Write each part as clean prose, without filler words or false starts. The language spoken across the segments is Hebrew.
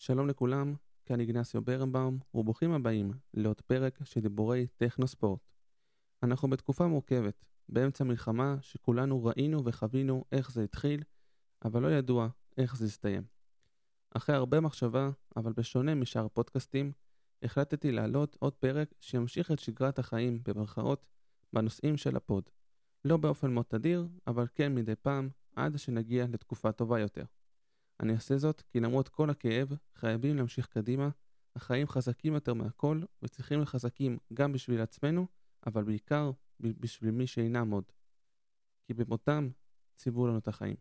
שלום לכולם, כאן איגנסיו ברנבאום, וברוכים הבאים לעוד פרק של דיבורי טכנוספורט. אנחנו בתקופה מורכבת, באמצע מלחמה שכולנו ראינו וחווינו איך זה התחיל, אבל לא ידוע איך זה יסתיים. אחרי הרבה מחשבה, אבל בשונה משאר פודקאסטים, החלטתי להעלות עוד פרק שימשיך את שגרת החיים במרכאות בנושאים של הפוד. לא באופן מאוד תדיר, אבל כן מדי פעם, עד שנגיע לתקופה טובה יותר. אני אעשה זאת כי למרות כל הכאב, חייבים להמשיך קדימה, החיים חזקים יותר מהכל, וצריכים לחזקים גם בשביל עצמנו, אבל בעיקר בשביל מי שאינם עוד. כי במותם ציוו לנו את החיים.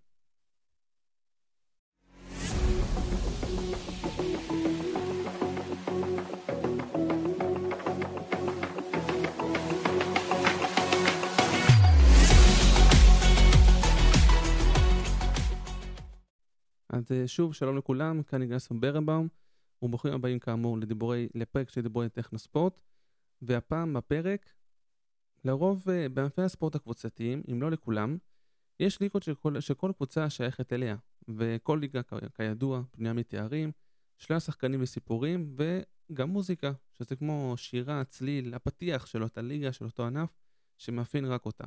אז שוב, שלום לכולם, כאן איגנסיו ברנבאום, וברוכים הבאים כאמור לפרק של דיבורי טכנוספורט, והפעם בפרק, לרוב בענפי הספורט הקבוצתיים, אם לא לכולם, יש ליגות שכל קבוצה שייכת אליה, וכל ליגה כידוע בנויה מתארים, שלל שחקנים וסיפורים, וגם מוזיקה, שזה כמו שירה, צליל, הפתיח של אותה ליגה, של אותו ענף, שמאפיין רק אותה.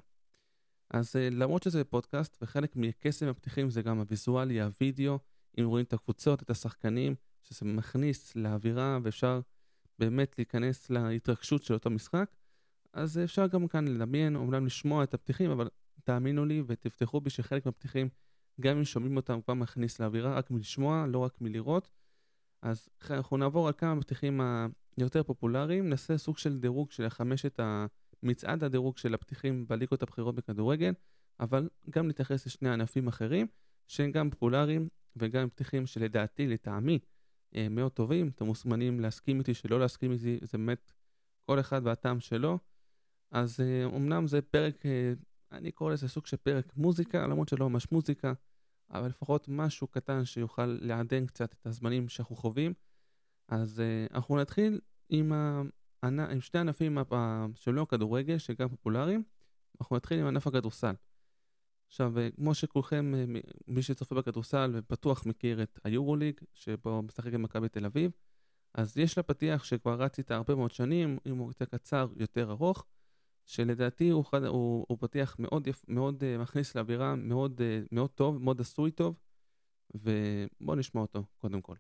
אז למרות שזה פודקאסט, וחלק מקסם הפתיחים זה גם הוויזואלי, הווידאו, אם רואים את הקבוצות, את השחקנים, שזה מכניס לאווירה, ואפשר באמת להיכנס להתרגשות של אותו משחק, אז אפשר גם כאן לדמיין, אומנם לשמוע את הפתיחים, אבל תאמינו לי ותפתחו בי שחלק מהפתיחים, גם אם שומעים אותם כבר מכניס לאווירה, רק מלשמוע, לא רק מלראות. אז אנחנו נעבור על כמה פתיחים היותר פופולריים, נעשה סוג של דירוג של מצעד הדירוג של הפתיחים בליגות הבחירות בכדורגל, אבל גם נתייחס לשני ענפים אחרים, שהם גם פופולריים וגם פתיחים שלדעתי, לטעמי, מאוד טובים. אתם מוזמנים להסכים איתי, שלא להסכים איתי, זה באמת כל אחד והטעם שלו. אז אמנם זה פרק, אני קורא לזה סוג של פרק מוזיקה, למרות שלא ממש מוזיקה, אבל לפחות משהו קטן שיוכל לעדן קצת את הזמנים שאנחנו חווים. אז אנחנו נתחיל עם שני ענפים שלא כדורגל, שגם פופולריים. אנחנו נתחיל עם ענף הכדורסל. עכשיו, כמו שכולכם, מי שצופה בכדורסל ובטוח מכיר את היורוליג, שבו משחק עם מכבי תל אביב, אז יש לה פתיח שכבר רץ איתה הרבה מאוד שנים, אם הוא יותר קצר, יותר ארוך, שלדעתי הוא פתיח מאוד, מאוד מכניס לאווירה, מאוד, מאוד טוב, מאוד עשוי טוב, ובואו נשמע אותו קודם כל.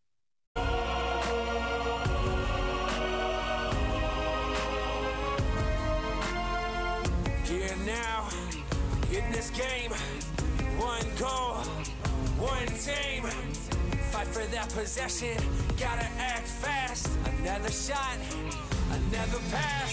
In this game, one goal, one team. Fight for that possession, gotta act fast. Another shot, another pass.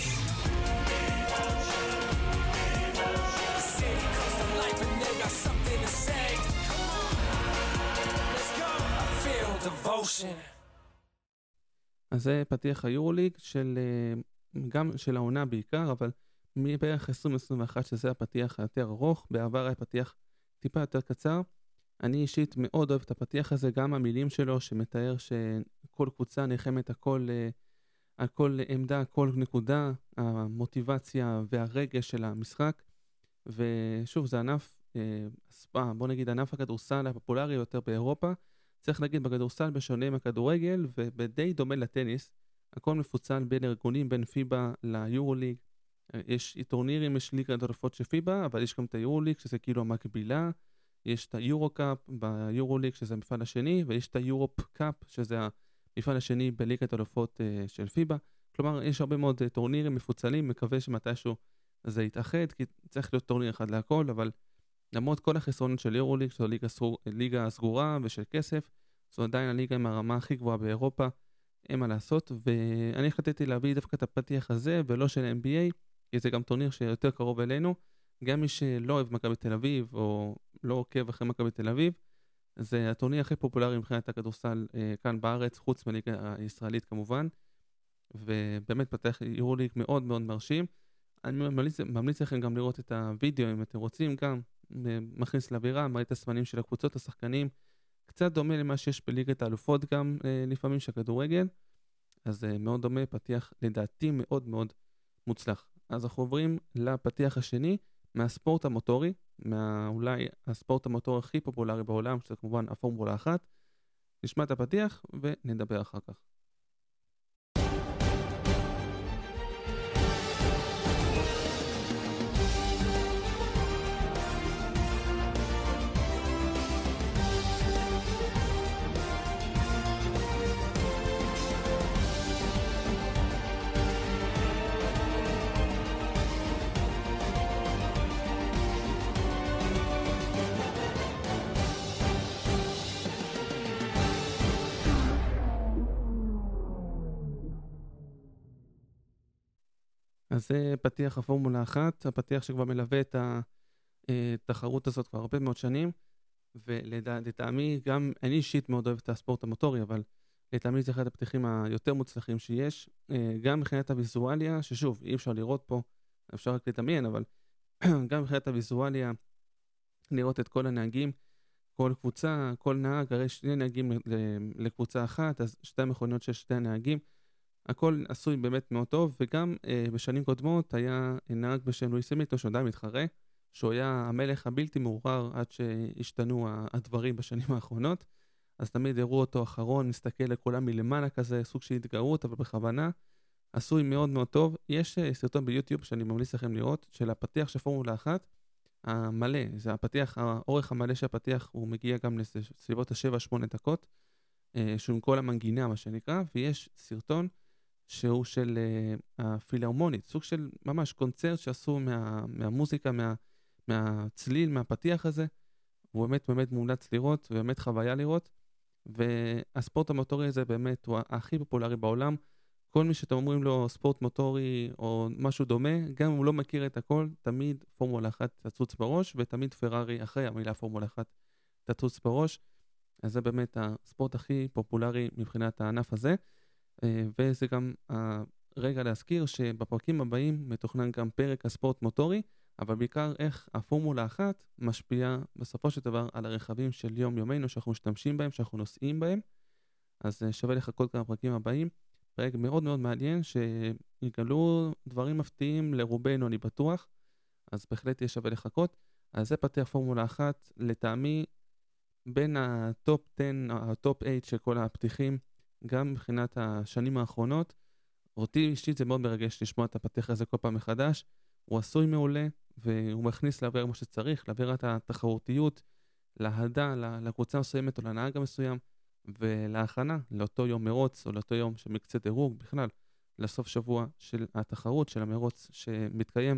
City comes to life and they got something to say. Come on, let's go. I feel devotion. אז זה פתיח היורוליג גם של העונה בעיקר, אבל מבערך 2021 שזה הפתיח היותר ארוך, בעבר היה פתיח טיפה יותר קצר. אני אישית מאוד אוהב את הפתיח הזה, גם המילים שלו שמתאר שכל קבוצה נלחמת על כל עמדה, כל נקודה, המוטיבציה והרגש של המשחק. ושוב, זה ענף, בוא נגיד ענף הכדורסל הפופולרי יותר באירופה. צריך להגיד בכדורסל בשונה מהכדורגל ובדי דומה לטניס, הכל מפוצל בין ארגונים, בין פיבה ליורוליג. יש טורנירים, יש ליגת אלופות של פיבה, אבל יש גם את היורוליג שזה כאילו המקבילה, יש את היורו-קאפ ביורוליג שזה המפעל השני, ויש את היורופ-קאפ שזה המפעל השני בליגת אלופות של פיבה. כלומר, יש הרבה מאוד טורנירים מפוצלים, מקווה שמתישהו זה יתאחד, כי צריך להיות טורניר אחד להכל, אבל למרות כל החסרונות של יורוליג, שזו ליגה סגורה ושל כסף, זו עדיין הליגה עם הרמה הכי גבוהה באירופה, אין מה לעשות, ואני החלטתי להביא דווקא את הפתיח הזה ולא של NBA, כי זה גם טורניר שיותר קרוב אלינו. גם מי שלא אוהב מכבי תל אביב או לא עוקב אחרי מכבי תל אביב, זה הטורניר הכי פופולרי מבחינת הכדורסל כאן בארץ, חוץ מהליגה הישראלית כמובן, ובאמת פתח יורוליג מאוד מאוד מרשים. אני ממליץ לכם גם לראות את הוידאו אם אתם רוצים, גם מכניס לאווירה, מראה את הסמנים של הקבוצות, השחקנים, קצת דומה למה שיש בליגת האלופות גם לפעמים של כדורגל, אז מאוד דומה, פתיח לדעתי מאוד מאוד מוצלח. אז אנחנו עוברים לפתיח השני, מהספורט המוטורי, אולי הספורט המוטורי הכי פופולרי בעולם, שזה כמובן הפורמולה 1, נשמע את הפתיח ונדבר אחר כך. אז זה פתיח הפורמולה 1, הפתיח שכבר מלווה את התחרות הזאת כבר הרבה מאוד שנים, ולטעמי גם, אני אישית מאוד אוהב את הספורט המוטורי, אבל לטעמי זה אחד הפתיחים היותר מוצלחים שיש, גם מבחינת הוויזואליה, ששוב, אי אפשר לראות פה, אפשר רק לדמיין, אבל גם מבחינת הוויזואליה, לראות את כל הנהגים, כל קבוצה, כל נהג, הרי שני נהגים לקבוצה אחת, אז שתי מכוניות של שתי הנהגים, הכל עשוי באמת מאוד טוב, וגם בשנים קודמות היה נהג בשם לואיס המילטון, שהוא עדיין מתחרה, שהוא היה המלך הבלתי מעורער עד שהשתנו הדברים בשנים האחרונות, אז תמיד הראו אותו אחרון, מסתכל לכולם מלמעלה כזה, סוג של התגרות, אבל בכוונה, עשוי מאוד מאוד טוב. יש סרטון ביוטיוב שאני ממליץ לכם לראות, של הפתיח של פורמולה 1, המלא, זה הפתיח, האורך המלא של הפתיח, הוא מגיע גם לסביבות ה-7-8 דקות, שהוא עם כל המנגינה, מה שנקרא, ויש סרטון שהוא של הפילהרמונית, סוג של ממש קונצרט שעשו מהמוזיקה, מהצליל, מהפתיח הזה, הוא באמת באמת מומלץ לראות, ובאמת חוויה לראות, והספורט המוטורי הזה באמת הוא הכי פופולרי בעולם, כל מי שאתם אומרים לו ספורט מוטורי או משהו דומה, גם אם הוא לא מכיר את הכל, תמיד פורמולה 1 תצוץ בראש, ותמיד פרארי אחרי המילה פורמולה 1 תצוץ בראש, אז זה באמת הספורט הכי פופולרי מבחינת הענף הזה, וזה גם הרגע להזכיר שבפרקים הבאים מתוכנן גם פרק הספורט מוטורי, אבל בעיקר איך הפורמולה 1 משפיעה בסופו של דבר על הרכבים של יום-יומנו שאנחנו משתמשים בהם, שאנחנו נוסעים בהם, אז שווה לחכות גם בפרקים הבאים, פרק מאוד מאוד מעניין שיגלו דברים מפתיעים לרובנו אני בטוח, אז בהחלט יהיה שווה לחכות. אז זה פתיח פורמולה 1, לטעמי בין הטופ 10, הטופ 8 של כל הפתיחים, גם מבחינת השנים האחרונות, אותי אישית זה מאוד מרגש לשמוע את הפתיח הזה כל פעם מחדש, הוא עשוי מעולה, והוא מכניס לאוויר מה שצריך, לאווירת התחרותיות, להדה, לקבוצה מסוימת או לנהג המסוים, ולהכנה לאותו יום מרוץ, או לאותו יום שמקצה דירוג, בכלל, לסוף שבוע של התחרות של המרוץ שמתקיים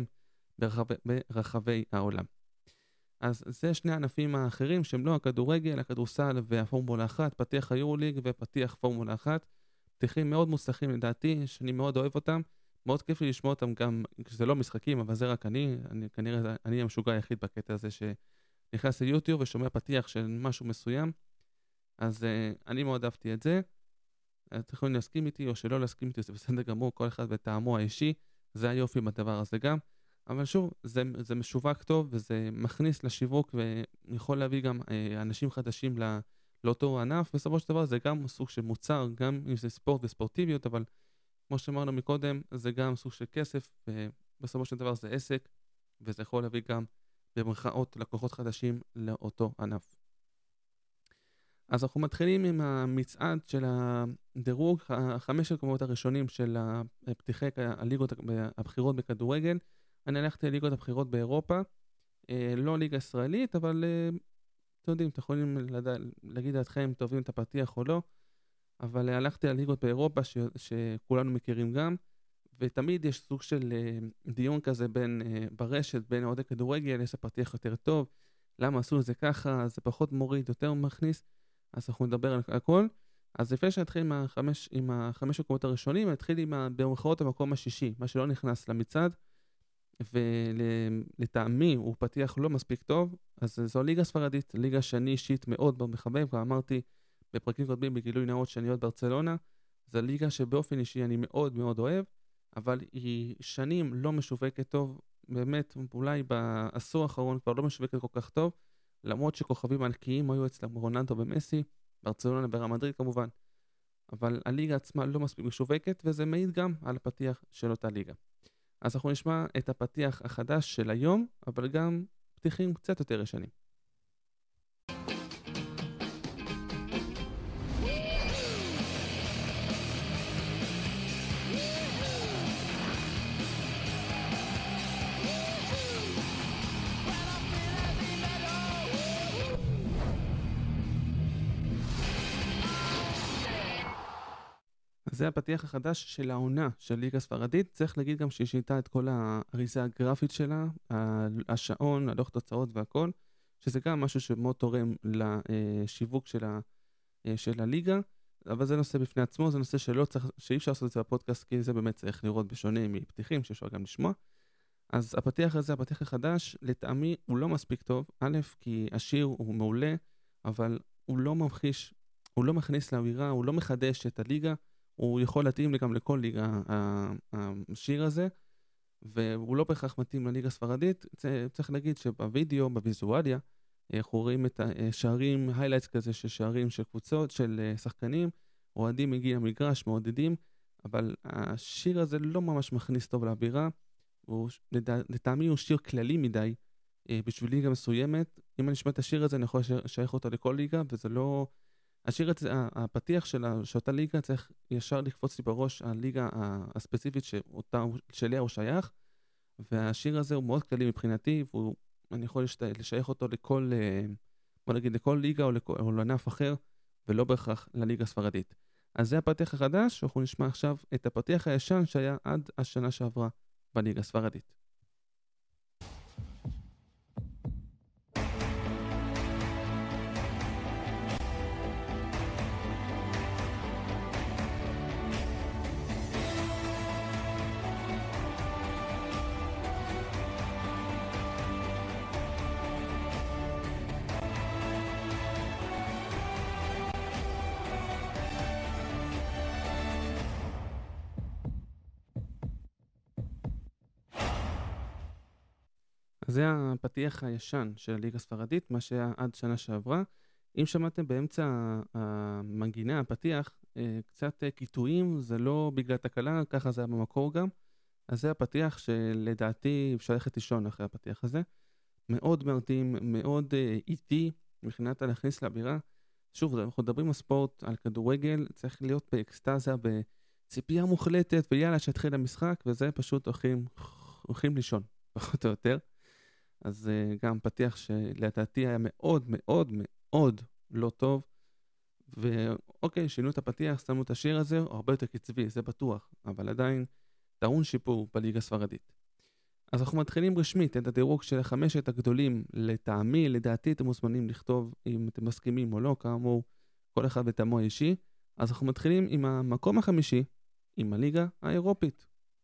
ברחבי העולם. אז זה שני הענפים האחרים שהם לא הכדורגל, הכדורסל והפורמולה 1, פתיח היורוליג ופתיח פורמולה 1, פתיחים מאוד מוצלחים לדעתי, שאני מאוד אוהב אותם, מאוד כיף לי לשמוע אותם גם כשזה לא משחקים, אבל זה רק כנראה אני המשוגע היחיד בקטע הזה שנכנס ליוטיוב ושומע פתיח של משהו מסוים, אז אני מאוד אהבתי את זה, אתם יכולים להסכים איתי או שלא להסכים איתי, זה בסדר גמור, כל אחד בטעמו האישי, זה היופי בדבר הזה גם, אבל שוב, זה משווק טוב וזה מכניס לשיווק ויכול להביא גם אנשים חדשים לאותו ענף, בסופו של דבר זה גם סוג של מוצר, גם אם זה ספורט וספורטיביות, אבל כמו שאמרנו מקודם, זה גם סוג של כסף, ובסופו של דבר זה עסק, וזה יכול להביא גם במרכאות לקוחות חדשים לאותו ענף. אז אנחנו מתחילים עם המצעד של הדירוג, 5 המקומות הראשונים של פתיחי הליגות הבחירות בכדורגל. אני הלכתי לליגות הבחירות באירופה, לא ליגה ישראלית, אבל אתם יודעים, אתם יכולים להגיד דעתכם אם תאהבים את הפתיח או לא, אבל הלכתי לליגות באירופה שכולנו מכירים גם, ותמיד יש סוג של דיון כזה ברשת, בין אוהדי כדורגל, יש הפתיח יותר טוב, למה עשו את זה ככה, זה פחות מוריד, יותר מכניס, אז אנחנו נדבר על הכל. אז לפני שנתחיל עם החמש מקומות הראשונים, נתחיל עם במרכאות המקום השישי, מה שלא נכנס למצעד, ולטעמי הוא פתיח לא מספיק טוב, אז זו ליגה ספרדית, ליגה שאני אישית מאוד מאוד מחבב, ואמרתי בפרקים קודמים בגילוי נאות שאני עוד ברצלונה, זו ליגה שבאופן אישי אני מאוד מאוד אוהב, אבל היא שנים לא משווקת טוב, באמת אולי בעשור האחרון כבר לא משווקת כל כך טוב, למרות שכוכבים ענקיים היו אצלם רונלדו ומסי, ברצלונה וריאל מדריד כמובן, אבל הליגה עצמה לא מספיק משווקת, וזה מעיד גם על הפתיח של אותה ליגה. אז אנחנו נשמע את הפתיח החדש של היום, אבל גם פתיחים קצת יותר ישנים. אז זה הפתיח החדש של העונה של ליגה ספרדית. צריך להגיד גם שהיא שינתה את כל האריזה הגרפית שלה, השעון, הלוח תוצאות והכל, שזה גם משהו שמאוד תורם לשיווק של הליגה, אבל זה נושא בפני עצמו, זה נושא שאי אפשר לעשות את זה בפודקאסט, כי זה באמת צריך לראות בשונה מפתיחים שאפשר גם לשמוע. אז הפתיח הזה, הפתיח החדש, לטעמי הוא לא מספיק טוב, א', כי השיר הוא מעולה, אבל הוא לא מכניס לאווירה, הוא לא מחדש את הליגה, הוא יכול להתאים גם לכל ליגה, השיר הזה, והוא לא בהכרח מתאים לליגה הספרדית. צריך להגיד שבווידאו, בוויזואליה, אנחנו רואים את השערים, היילייטס כזה של שערים של קבוצות, של שחקנים, אוהדים מגיעים למגרש, מעודדים, אבל השיר הזה לא ממש מכניס טוב לאווירה, לטעמי הוא שיר כללי מדי, בשביל ליגה מסוימת. אם אני אשמע את השיר הזה, אני יכול לשייך אותו לכל ליגה, וזה לא... השיר הזה, הפתיח של אותה ליגה צריך ישר לקפוץ לי בראש הליגה הספציפית שאליה הוא שייך, והשיר הזה הוא מאוד כללי מבחינתי, ואני יכול לשייך אותו לכל, בוא נגיד, לכל ליגה או לענף אחר, ולא בהכרח לליגה הספרדית. אז זה הפתיח החדש, אנחנו נשמע עכשיו את הפתיח הישן שהיה עד השנה שעברה בליגה הספרדית. אז זה הפתיח הישן של הליגה הספרדית, מה שהיה עד שנה שעברה. אם שמעתם באמצע המנגינה, הפתיח, קצת קיטויים, זה לא בגלל תקלה, ככה זה היה במקור גם. אז זה הפתיח שלדעתי אפשר ללכת לישון אחרי הפתיח הזה. מאוד מרתים, מאוד איטי, מבחינת להכניס לאווירה. שוב, אנחנו מדברים על ספורט, על כדורגל, צריך להיות באקסטאזה, בציפייה מוחלטת, ויאללה שהתחיל המשחק, וזה פשוט הולכים לישון, פחות או יותר. אז גם פתיח שלדעתי היה מאוד מאוד מאוד לא טוב, ואוקיי, שינו את הפתיח, שמו את השיר הזה, הוא הרבה יותר קצבי, זה בטוח, אבל עדיין טעון שיפור בליגה הספרדית. אז אנחנו מתחילים רשמית את הדירוג של 5 הגדולים. לטעמי, לדעתי אתם מוזמנים לכתוב אם אתם מסכימים או לא, כאמור, כל אחד בטעמו האישי. אז אנחנו מתחילים עם המקום החמישי, עם הליגה האירופית.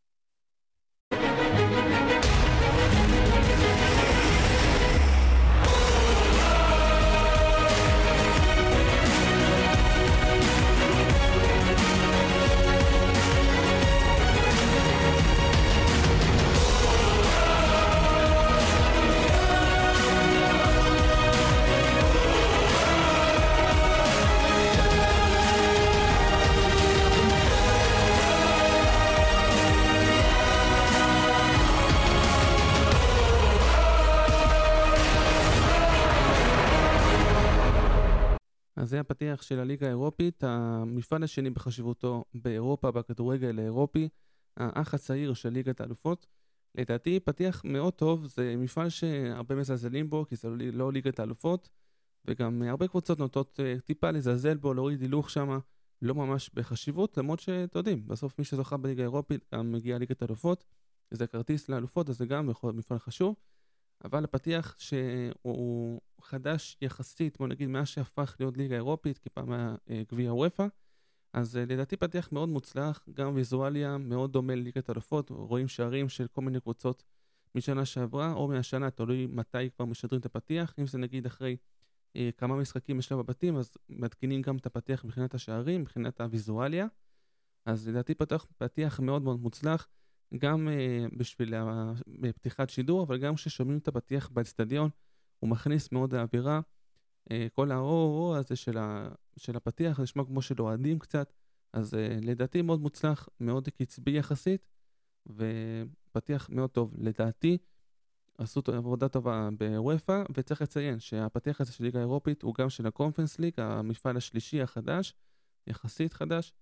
אז זה הפתיח של הליגה האירופית, המפעל השני בחשיבותו באירופה, בכדורגל האירופי, האח הצעיר של ליגת האלופות. לדעתי פתיח מאוד טוב, זה מפעל שהרבה מזלזלים בו, כי זה לא ליגת האלופות, וגם הרבה קבוצות נוטות טיפה לזלזל בו, להוריד הילוך שם, לא ממש בחשיבות, למרות שאתם יודעים, בסוף מי שזוכה בליגה האירופית גם מגיע ליגת האלופות, זה כרטיס לאלופות, אז זה גם יכול להיות מפעל חשוב. אבל הפתיח שהוא חדש יחסית, בוא נגיד, מאז שהפך להיות ליגה אירופית, כי פעם היה גביע וופא, אז לדעתי פתיח מאוד מוצלח, גם ויזואליה מאוד דומה לליגת האלופות, רואים שערים של כל מיני קבוצות משנה שעברה, או מהשנה, תלוי מתי כבר משדרים את הפתיח, אם זה נגיד אחרי כמה משחקים יש לה בבתים, אז מתקינים גם את הפתיח מבחינת השערים, מבחינת הוויזואליה, אז לדעתי פתיח מאוד מאוד מוצלח, גם בשביל פתיחת שידור, אבל גם כששומעים את הפתיח באצטדיון, הוא מכניס מאוד האווירה, כל האור הזה של הפתיח, זה נשמע כמו של אוהדים קצת, אז לדעתי מאוד מוצלח, מאוד קצבי יחסית, ופתיח מאוד טוב. לדעתי, עשו עבודה טובה בוופא, וצריך לציין שהפתיח הזה של ליגה האירופית הוא גם של הקונפרנס ליג, המפעל השלישי החדש, יחסית חדש,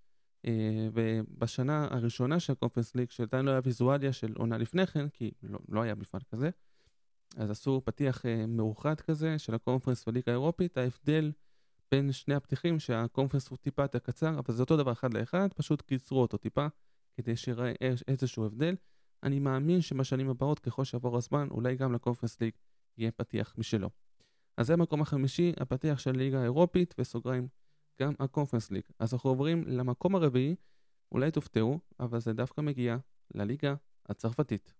ובשנה הראשונה של הקונפרנס ליג, שעדיין לא היה ויזואליה של עונה לפני כן, כי לא היה מפעל כזה, אז עשו פתיח מאוחד כזה של הקונפרנס וליגה האירופית. ההבדל בין שני הפתיחים שהקונפרנס הוא טיפה יותר קצר, אבל זה אותו דבר אחד לאחד, פשוט קיצרו אותו טיפה, כדי שיראה איזשהו הבדל. אני מאמין שבשנים הבאות, ככל שעבור הזמן, אולי גם לקונפרנס ליג יהיה פתיח משלו. אז זה המקום החמישי, הפתיח של ליגה האירופית, וסוגריים גם הקונפרנס ליג. אז אנחנו עוברים למקום הרביעי, אולי תופתעו, אבל זה דווקא מגיע לליגה הצרפתית.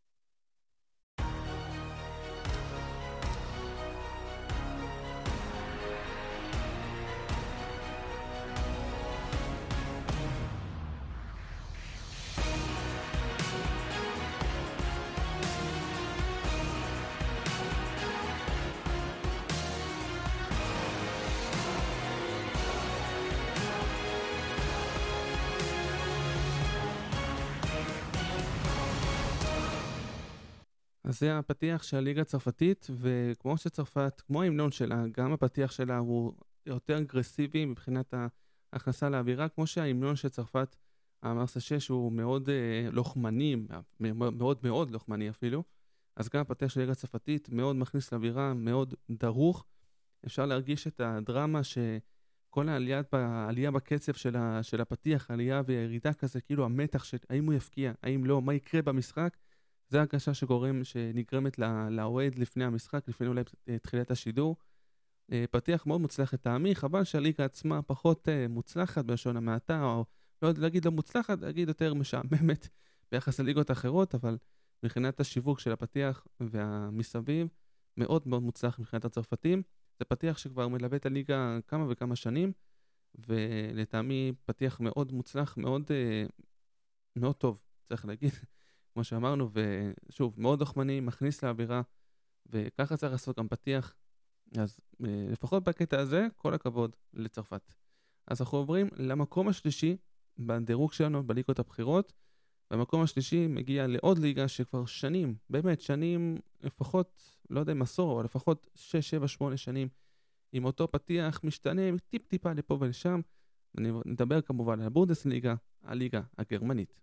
אז זה הפתיח של הליגה הצרפתית, וכמו שצרפת, כמו ההמנון שלה, גם הפתיח שלה הוא יותר אגרסיבי מבחינת ההכנסה לאווירה, כמו שההמנון של צרפת, המרסה 6, הוא מאוד לוחמני, מאוד מאוד לוחמני אפילו, אז גם הפתיח של הליגה הצרפתית מאוד מכניס לאווירה, מאוד דרוך. אפשר להרגיש את הדרמה שכל העלייה בקצב של הפתיח, העלייה וירידה כזה, כאילו המתח של האם הוא יפקיע, האם לא, מה יקרה במשחק, זה הרגשה שנגרמת לאוהד לפני המשחק, לפני אולי תחילת השידור. פתיח מאוד מוצלח לטעמי, חבל שהליגה עצמה פחות מוצלחת בלשון המעטה, או לא להגיד לא מוצלחת, להגיד יותר משעממת ביחס לליגות אחרות, אבל מבחינת השיווק של הפתיח והמסביב, מאוד מאוד מוצלח מבחינת הצרפתים. זה פתיח שכבר מלווה את הליגה כמה וכמה שנים, ולטעמי פתיח מאוד מוצלח, מאוד, מאוד טוב, צריך להגיד. כמו שאמרנו, ושוב, מאוד לוחמני, מכניס לאווירה, וככה צריך לעשות גם פתיח. אז לפחות בקטע הזה, כל הכבוד לצרפת. אז אנחנו עוברים למקום השלישי בדירוג שלנו בליגות הבחירות, והמקום השלישי מגיע לעוד ליגה שכבר שנים, באמת שנים, לפחות, לא יודע אם עשור, אבל לפחות 6, 7, 8 שנים, עם אותו פתיח משתנה טיפה לפה ולשם. נדבר כמובן על הבונדסליגה, הליגה הגרמנית.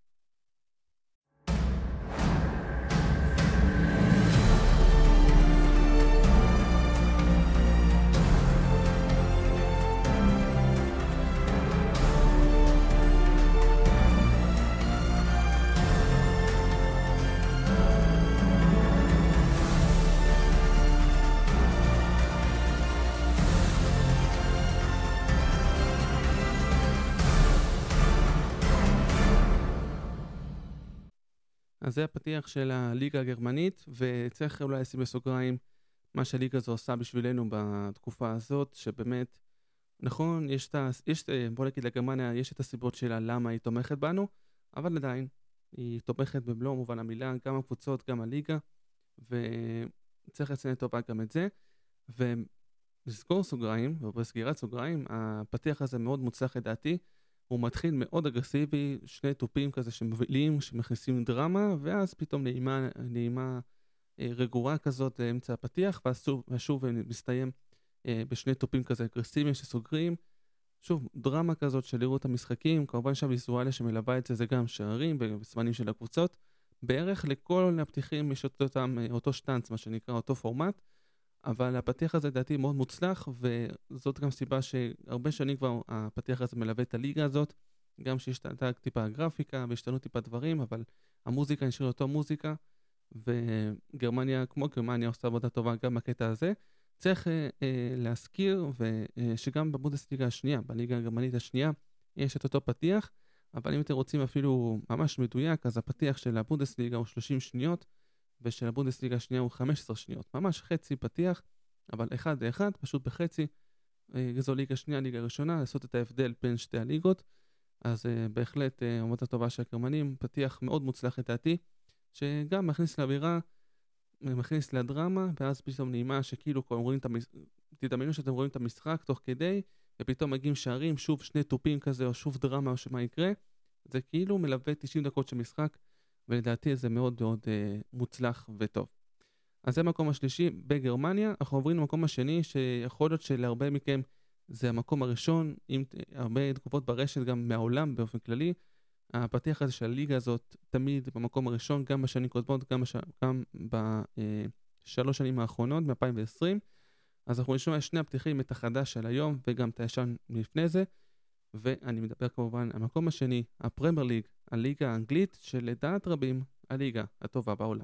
אז זה הפתיח של הליגה הגרמנית, וצריך אולי לשים בסוגריים מה שהליגה הזו עושה בשבילנו בתקופה הזאת, שבאמת, נכון, בוא נגיד לגרמניה, יש את הסיבות שלה למה היא תומכת בנו, אבל עדיין, היא תומכת במלוא מובן המילה, גם הקבוצות, גם הליגה, וצריך לציין לטובה גם את זה, ולסגור סוגריים, ובסגירת סוגריים, הפתיח הזה מאוד מוצלח לדעתי, הוא מתחיל מאוד אגרסיבי, שני טופים כזה שמובילים, שמכניסים דרמה, ואז פתאום נעימה רגורה כזאת לאמצע הפתיח, ושוב מסתיים בשני טופים כזה אגרסיביים שסוגרים. שוב, דרמה כזאת של לראות המשחקים, כמובן שהוויזואליה שמלווה את זה גם שערים וזמנים של הקבוצות. בערך לכל הפתיחים יש אותו שטנץ, מה שנקרא, אותו פורמט, אבל הפתיח הזה דעתי מאוד מוצלח, וזאת גם סיבה שהרבה שנים כבר הפתיח הזה מלווה את הליגה הזאת, גם שהשתנתה טיפה הגרפיקה והשתנו טיפה דברים, אבל המוזיקה נשארה אותו מוזיקה, וגרמניה, כמו גרמניה, עושה עבודה טובה גם בקטע הזה. צריך להזכיר שגם בבונדסליגה השנייה, בליגה הגרמנית השנייה, יש את אותו פתיח, אבל אם אתם רוצים אפילו ממש מדויק, אז הפתיח של הבונדסליגה הוא 30 שניות, ושל הבונדסליגה השנייה הוא 15 שניות. ממש חצי פתיח, אבל אחד לאחד, פשוט בחצי. זו ליגה שנייה, ליגה ראשונה, לעשות את ההבדל בין שתי הליגות. אז בהחלט עבודה טובה של הגרמנים, פתיח מאוד מוצלח לדעתי, שגם מכניס לאווירה, מכניס לדרמה, ואז פתאום נעימה שכאילו תדמיינו שאתם רואים את המשחק תוך כדי, ופתאום מגיעים שערים, שוב שני טופים כזה, או שוב דרמה, או שמה יקרה. זה כאילו מלווה 90 דקות של משחק, ולדעתי זה מאוד מאוד מוצלח וטוב. אז זה המקום השלישי בגרמניה. אנחנו עוברים למקום השני, שיכול להיות שלהרבה מכם זה המקום הראשון, עם הרבה תגובות ברשת גם מהעולם באופן כללי. הפתיח הזה של הליגה הזאת תמיד במקום הראשון, גם בשנים קודמות, גם בשלוש שנים האחרונות, מ-2020. אז אנחנו נשמע שני הפתיחים, את החדש של היום וגם את הישן מלפני זה, ואני מדבר כמובן על המקום השני, הפרמייר ליג, הליגה האנגלית, שלדעת רבים, הליגה הטובה בעולם.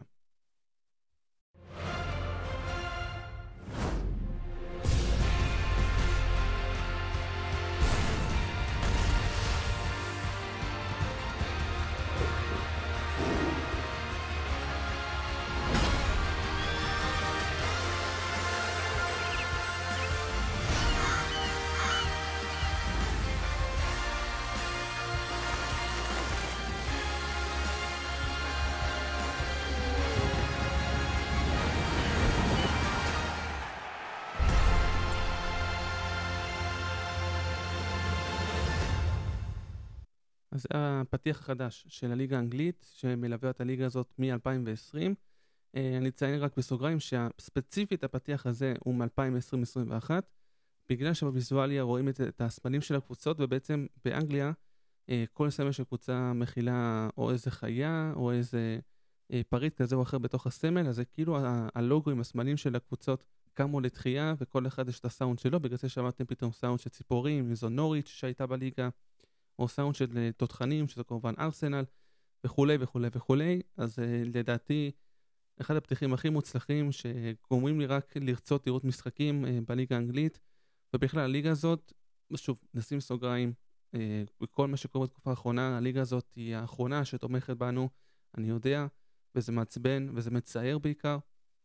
אז זה הפתיח החדש של הליגה האנגלית, שמלווה את הליגה הזאת מ-2020. אני אציין רק בסוגריים שספציפית הפתיח הזה הוא מ-2020-2021, בגלל שבוויזואליה רואים את הסמלים של הקבוצות, ובעצם באנגליה כל סמל של קבוצה מכילה או איזה חיה או איזה פריט כזה או אחר בתוך הסמל, אז זה כאילו הלוגו עם הסמלים של הקבוצות קמו לתחייה, וכל אחד יש את הסאונד שלו, בגלל זה שמעתם פתאום סאונד של ציפורים, זו נוריץ' שהייתה בליגה, או סאונד של תותחנים, שזה כמובן ארסנל, וכולי וכולי וכולי. אז לדעתי, אחד הפתיחים הכי מוצלחים, שגורמים לי רק לרצות לראות משחקים בליגה האנגלית, ובכלל הליגה הזאת, שוב, נשים סוגריים, בכל מה שקורה בתקופה האחרונה, הליגה הזאת היא האחרונה שתומכת בנו, אני יודע, וזה מעצבן, וזה מצער בעיקר,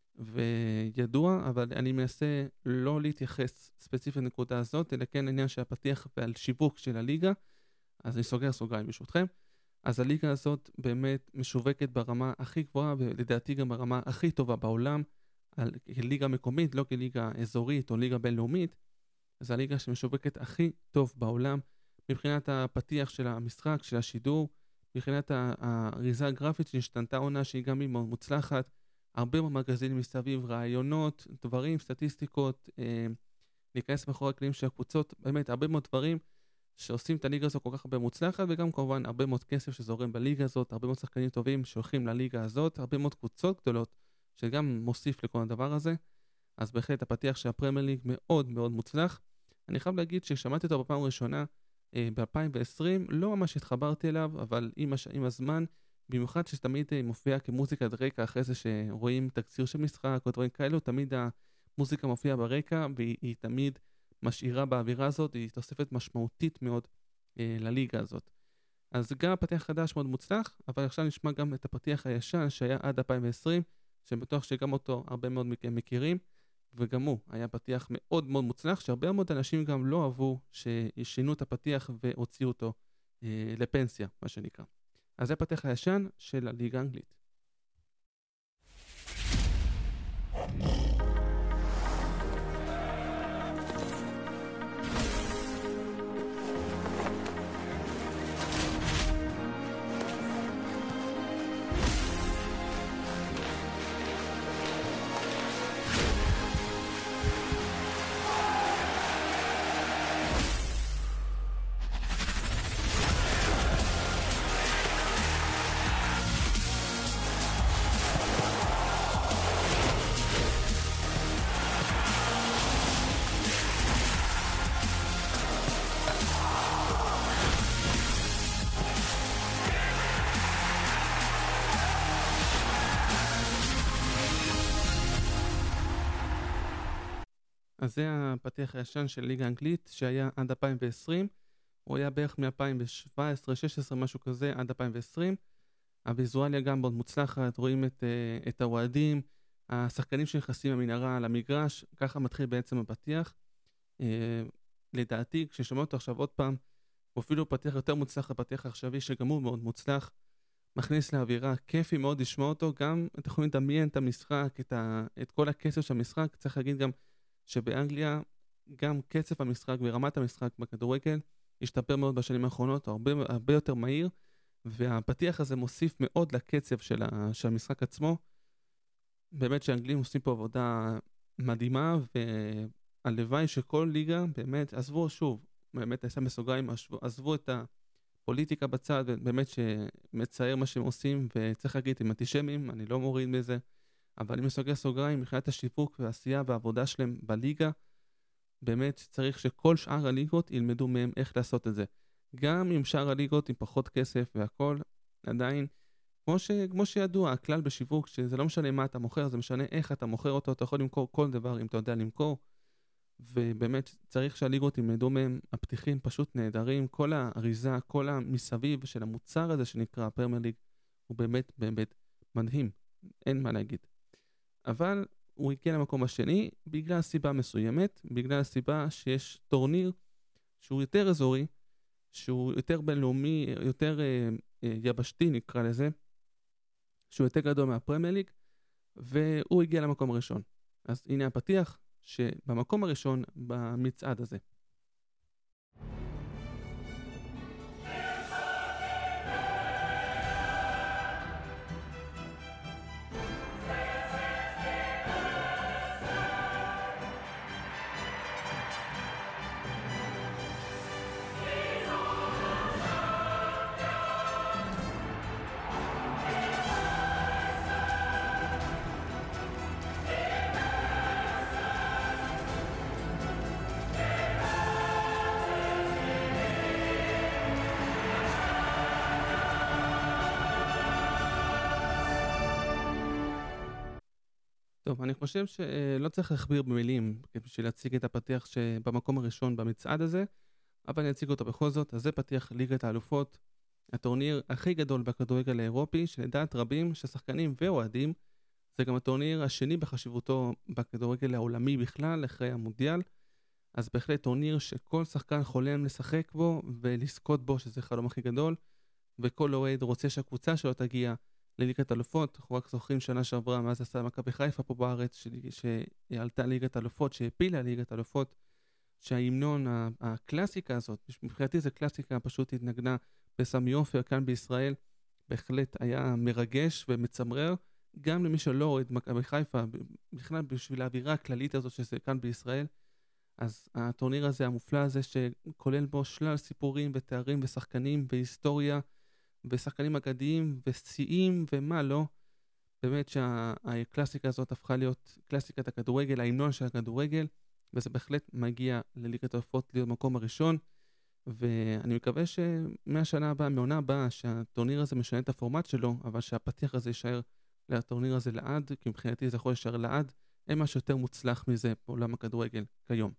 וידוע, אבל אני מנסה לא להתייחס ספציפית לנקודה הזאת, אלא כן העניין שהפתיח ועל שיווק של הליגה, אז אני סוגר סוגריים ברשותכם. אז הליגה הזאת באמת משווקת ברמה הכי גבוהה, ולדעתי גם ברמה הכי טובה בעולם, כליגה מקומית, לא כליגה אזורית או ליגה בינלאומית. אז הליגה שמשווקת הכי טוב בעולם, מבחינת הפתיח של המשחק, של השידור, מבחינת האריזה הגרפית שהשתנתה עונה, שהיא גם היא מאוד מוצלחת, הרבה מאוד מגזינים מסביב, רעיונות, דברים, סטטיסטיקות, להיכנס מאחורי הקלעים של הקבוצות, באמת הרבה מאוד דברים, שעושים את הליגה הזו כל כך הרבה מוצלחת, וגם כמובן הרבה מאוד כסף שזורם בליגה הזאת, הרבה מאוד שחקנים טובים שהולכים לליגה הזאת, הרבה מאוד קבוצות גדולות, שגם מוסיף לכל הדבר הזה. אז בהחלט הפתיח של הפרמייר ליג מאוד מאוד מוצלח. אני חייב להגיד ששמעתי אותו בפעם הראשונה ב-2020, לא ממש התחברתי אליו, אבל עם הזמן, במיוחד שתמיד מופיע כמוזיקת רקע אחרי זה שרואים תקציר של משחק או דברים כאלו, תמיד המוזיקה מופיעה ברקע, והיא תמיד משאירה באווירה הזאת, היא תוספת משמעותית מאוד לליגה הזאת. אז גם הפתיח החדש מאוד מוצלח, אבל עכשיו נשמע גם את הפתיח הישן שהיה עד 2020, שבטוח שגם אותו הרבה מאוד מכם מכירים, וגם הוא היה פתיח מאוד מאוד מוצלח, שהרבה מאוד אנשים גם לא אהבו ששינו את הפתיח והוציאו אותו לפנסיה, מה שנקרא. אז זה הפתיח הישן של הליגה האנגלית. אז זה הפתיח הישן של ליגה האנגלית שהיה עד 2020, הוא היה בערך מ-2017-16 משהו כזה עד 2020. הוויזואליה גם מאוד מוצלחת, רואים את האוהדים, השחקנים שנכנסים במנהרה על המגרש, ככה מתחיל בעצם הפתיח. לדעתי כששומע אותו עכשיו עוד פעם, הוא אפילו פתיח יותר מוצלח, הפתיח העכשווי שגם הוא מאוד מוצלח, מכניס לאווירה, כיפי מאוד לשמוע אותו, גם אתם יכולים לדמיין את המשחק, את כל הקצב של המשחק. צריך להגיד גם שבאנגליה גם קצב המשחק ורמת המשחק בכדורגל השתפר מאוד בשנים האחרונות, הרבה יותר מהיר, והפתיח הזה מוסיף מאוד לקצב של המשחק עצמו. באמת שהאנגלים עושים פה עבודה מדהימה, והלוואי שכל ליגה באמת עזבו, שוב, באמת עשה מסוגריים, עזבו את הפוליטיקה בצד, ובאמת שמצער מה שהם עושים, וצריך להגיד, הם אנטישמים, אני לא מוריד מזה, אבל אם נסגר סוגריים, מבחינת השיווק והעשייה והעבודה שלהם בליגה, באמת צריך שכל שאר הליגות ילמדו מהם איך לעשות את זה. גם עם שאר הליגות עם פחות כסף והכל, עדיין, כמו שידוע, הכלל בשיווק, שזה לא משנה מה אתה מוכר, זה משנה איך אתה מוכר אותו, אתה יכול למכור כל דבר אם אתה יודע למכור, ובאמת צריך שהליגות ילמדו מהם, הפתיחים פשוט נהדרים, כל האריזה, כל המסביב של המוצר הזה שנקרא פרמייר ליג, הוא באמת באמת מדהים, אין מה להגיד. אבל הוא הגיע למקום השני בגלל סיבה מסוימת, בגלל הסיבה שיש טורניר שהוא יותר אזורי, שהוא יותר בינלאומי, יותר יבשתי נקרא לזה, שהוא יותר גדול מהפרמייר ליג, והוא הגיע למקום הראשון. אז הנה הפתיח שבמקום הראשון במצעד הזה. טוב, אני חושב שלא צריך להכביר במילים בשביל להציג את הפתיח שבמקום הראשון במצעד הזה, אבל אני אציג אותו בכל זאת. אז זה פתיח ליגת האלופות, הטורניר הכי גדול בכדורגל האירופי, שלדעת רבים ששחקנים ואוהדים, זה גם הטורניר השני בחשיבותו בכדורגל העולמי בכלל, אחרי המונדיאל. אז בהחלט טורניר שכל שחקן חולם לשחק בו ולזכות בו, שזה חלום הכי גדול, וכל אוהד רוצה שהקבוצה שלו תגיע לליגת האלופות. אנחנו רק זוכרים שנה שעברה, מאז עשה מכבי חיפה פה בארץ, שעלתה ליגת האלופות, שהפילה ליגת האלופות, שההמנון, הקלאסיקה הזאת, מבחינתי זה קלאסיקה, פשוט התנגנה בסמי עופר כאן בישראל, בהחלט היה מרגש ומצמרר, גם למי שלא אוהד מכבי חיפה, בכלל בשביל האווירה הכללית הזאת שזה כאן בישראל. אז הטורניר הזה, המופלא הזה, שכולל בו שלל סיפורים ותארים ושחקנים והיסטוריה, ושחקנים אגדיים ושיאים ומה לא, באמת שהקלאסיקה הזאת הפכה להיות קלאסיקת הכדורגל, ההמנון של הכדורגל, וזה בהחלט מגיע לליגת האלופות להיות מקום הראשון, ואני מקווה שמהשנה הבאה, מהעונה הבאה, שהטורניר הזה משנה את הפורמט שלו, אבל שהפתיח הזה יישאר לטורניר הזה לעד, כי מבחינתי זה יכול להישאר לעד, אין משהו יותר מוצלח מזה בעולם הכדורגל כיום.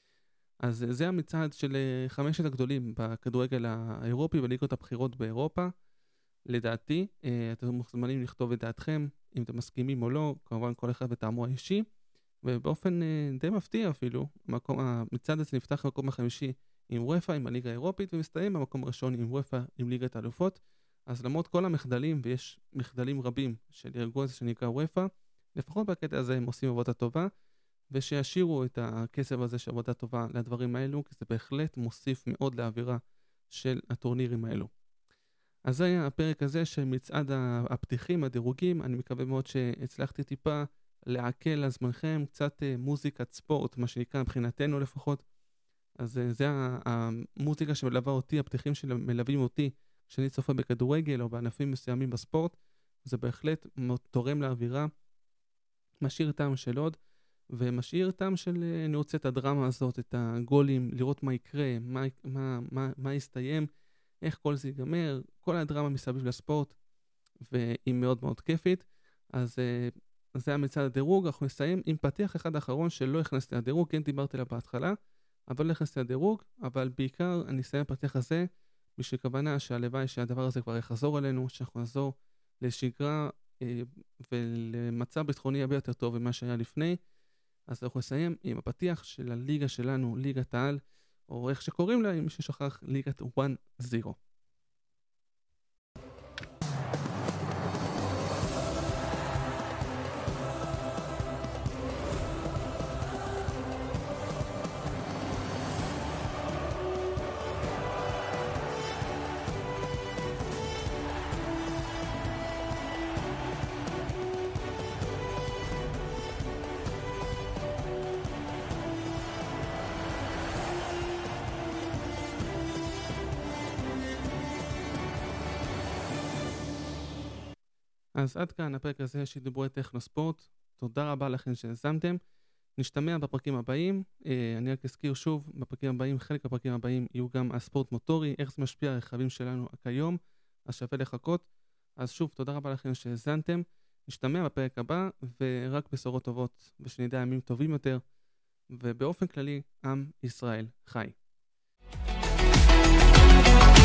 אז זה המצעד של 5 הגדולים בכדורגל האירופי וליגות הבחירות באירופה. לדעתי, אתם מוזמנים לכתוב את דעתכם, אם אתם מסכימים או לא, כמובן כל אחד בטעמו האישי, ובאופן די מפתיע אפילו, המצעד הזה נפתח במקום החמישי עם וופא, עם הליגה האירופית, ומסתיים במקום הראשון עם וופא, עם ליגת האלופות. אז למרות כל המחדלים, ויש מחדלים רבים של ארגון הזה שנקרא וופא, לפחות בקטע הזה הם עושים עבודה טובה, ושישירו את הכסף הזה של עבודה טובה לדברים האלו, כי זה בהחלט מוסיף מאוד לאווירה של הטורנירים האלו. אז זה היה הפרק הזה של מצעד הפתיחים, הדירוגים. אני מקווה מאוד שהצלחתי טיפה לעכל לזמנכם, קצת מוזיקת ספורט, מה שנקרא מבחינתנו לפחות. אז זה המוזיקה שמלווה אותי, הפתיחים שמלווים אותי, כשאני צופה בכדורגל או בענפים מסוימים בספורט. זה בהחלט תורם לאווירה, משאיר טעם של עוד, ומשאיר טעם של אני רוצה את הדרמה הזאת, את הגולים, לראות מה יקרה, מה יסתיים, איך כל זה ייגמר, כל הדרמה מסביב לספורט, והיא מאוד מאוד כיפית. אז זה המצעד הדירוג. אנחנו נסיים עם פתיח אחד האחרון שלא הכנסתי לדירוג, כן דיברתי עליו בהתחלה, אבל לא הכנסתי לדירוג, אבל בעיקר אני אסיים בפתיח הזה, בשביל כוונה שהלוואי שהדבר הזה כבר יחזור אלינו, שאנחנו נחזור לשגרה ולמצב ביטחוני הרבה יותר טוב ממה שהיה לפני. אז אנחנו נסיים עם הפתיח של הליגה שלנו, ליגת העל, או איך שקוראים לה, אם ששכח, ליגת 1-0. אז עד כאן הפרק הזה של דיבורי טכנוספורט. תודה רבה לכם שהאזנתם. נשתמע בפרקים הבאים. אני רק אזכיר שוב, בפרקים הבאים, חלק הפרקים הבאים יהיו גם הספורט מוטורי, איך זה משפיע על הרכבים שלנו כיום, אז שווה לחכות. אז שוב, תודה רבה לכם שהאזנתם. נשתמע בפרק הבא, ורק בשורות טובות, ושנדע ימים טובים יותר, ובאופן כללי, עם ישראל חי.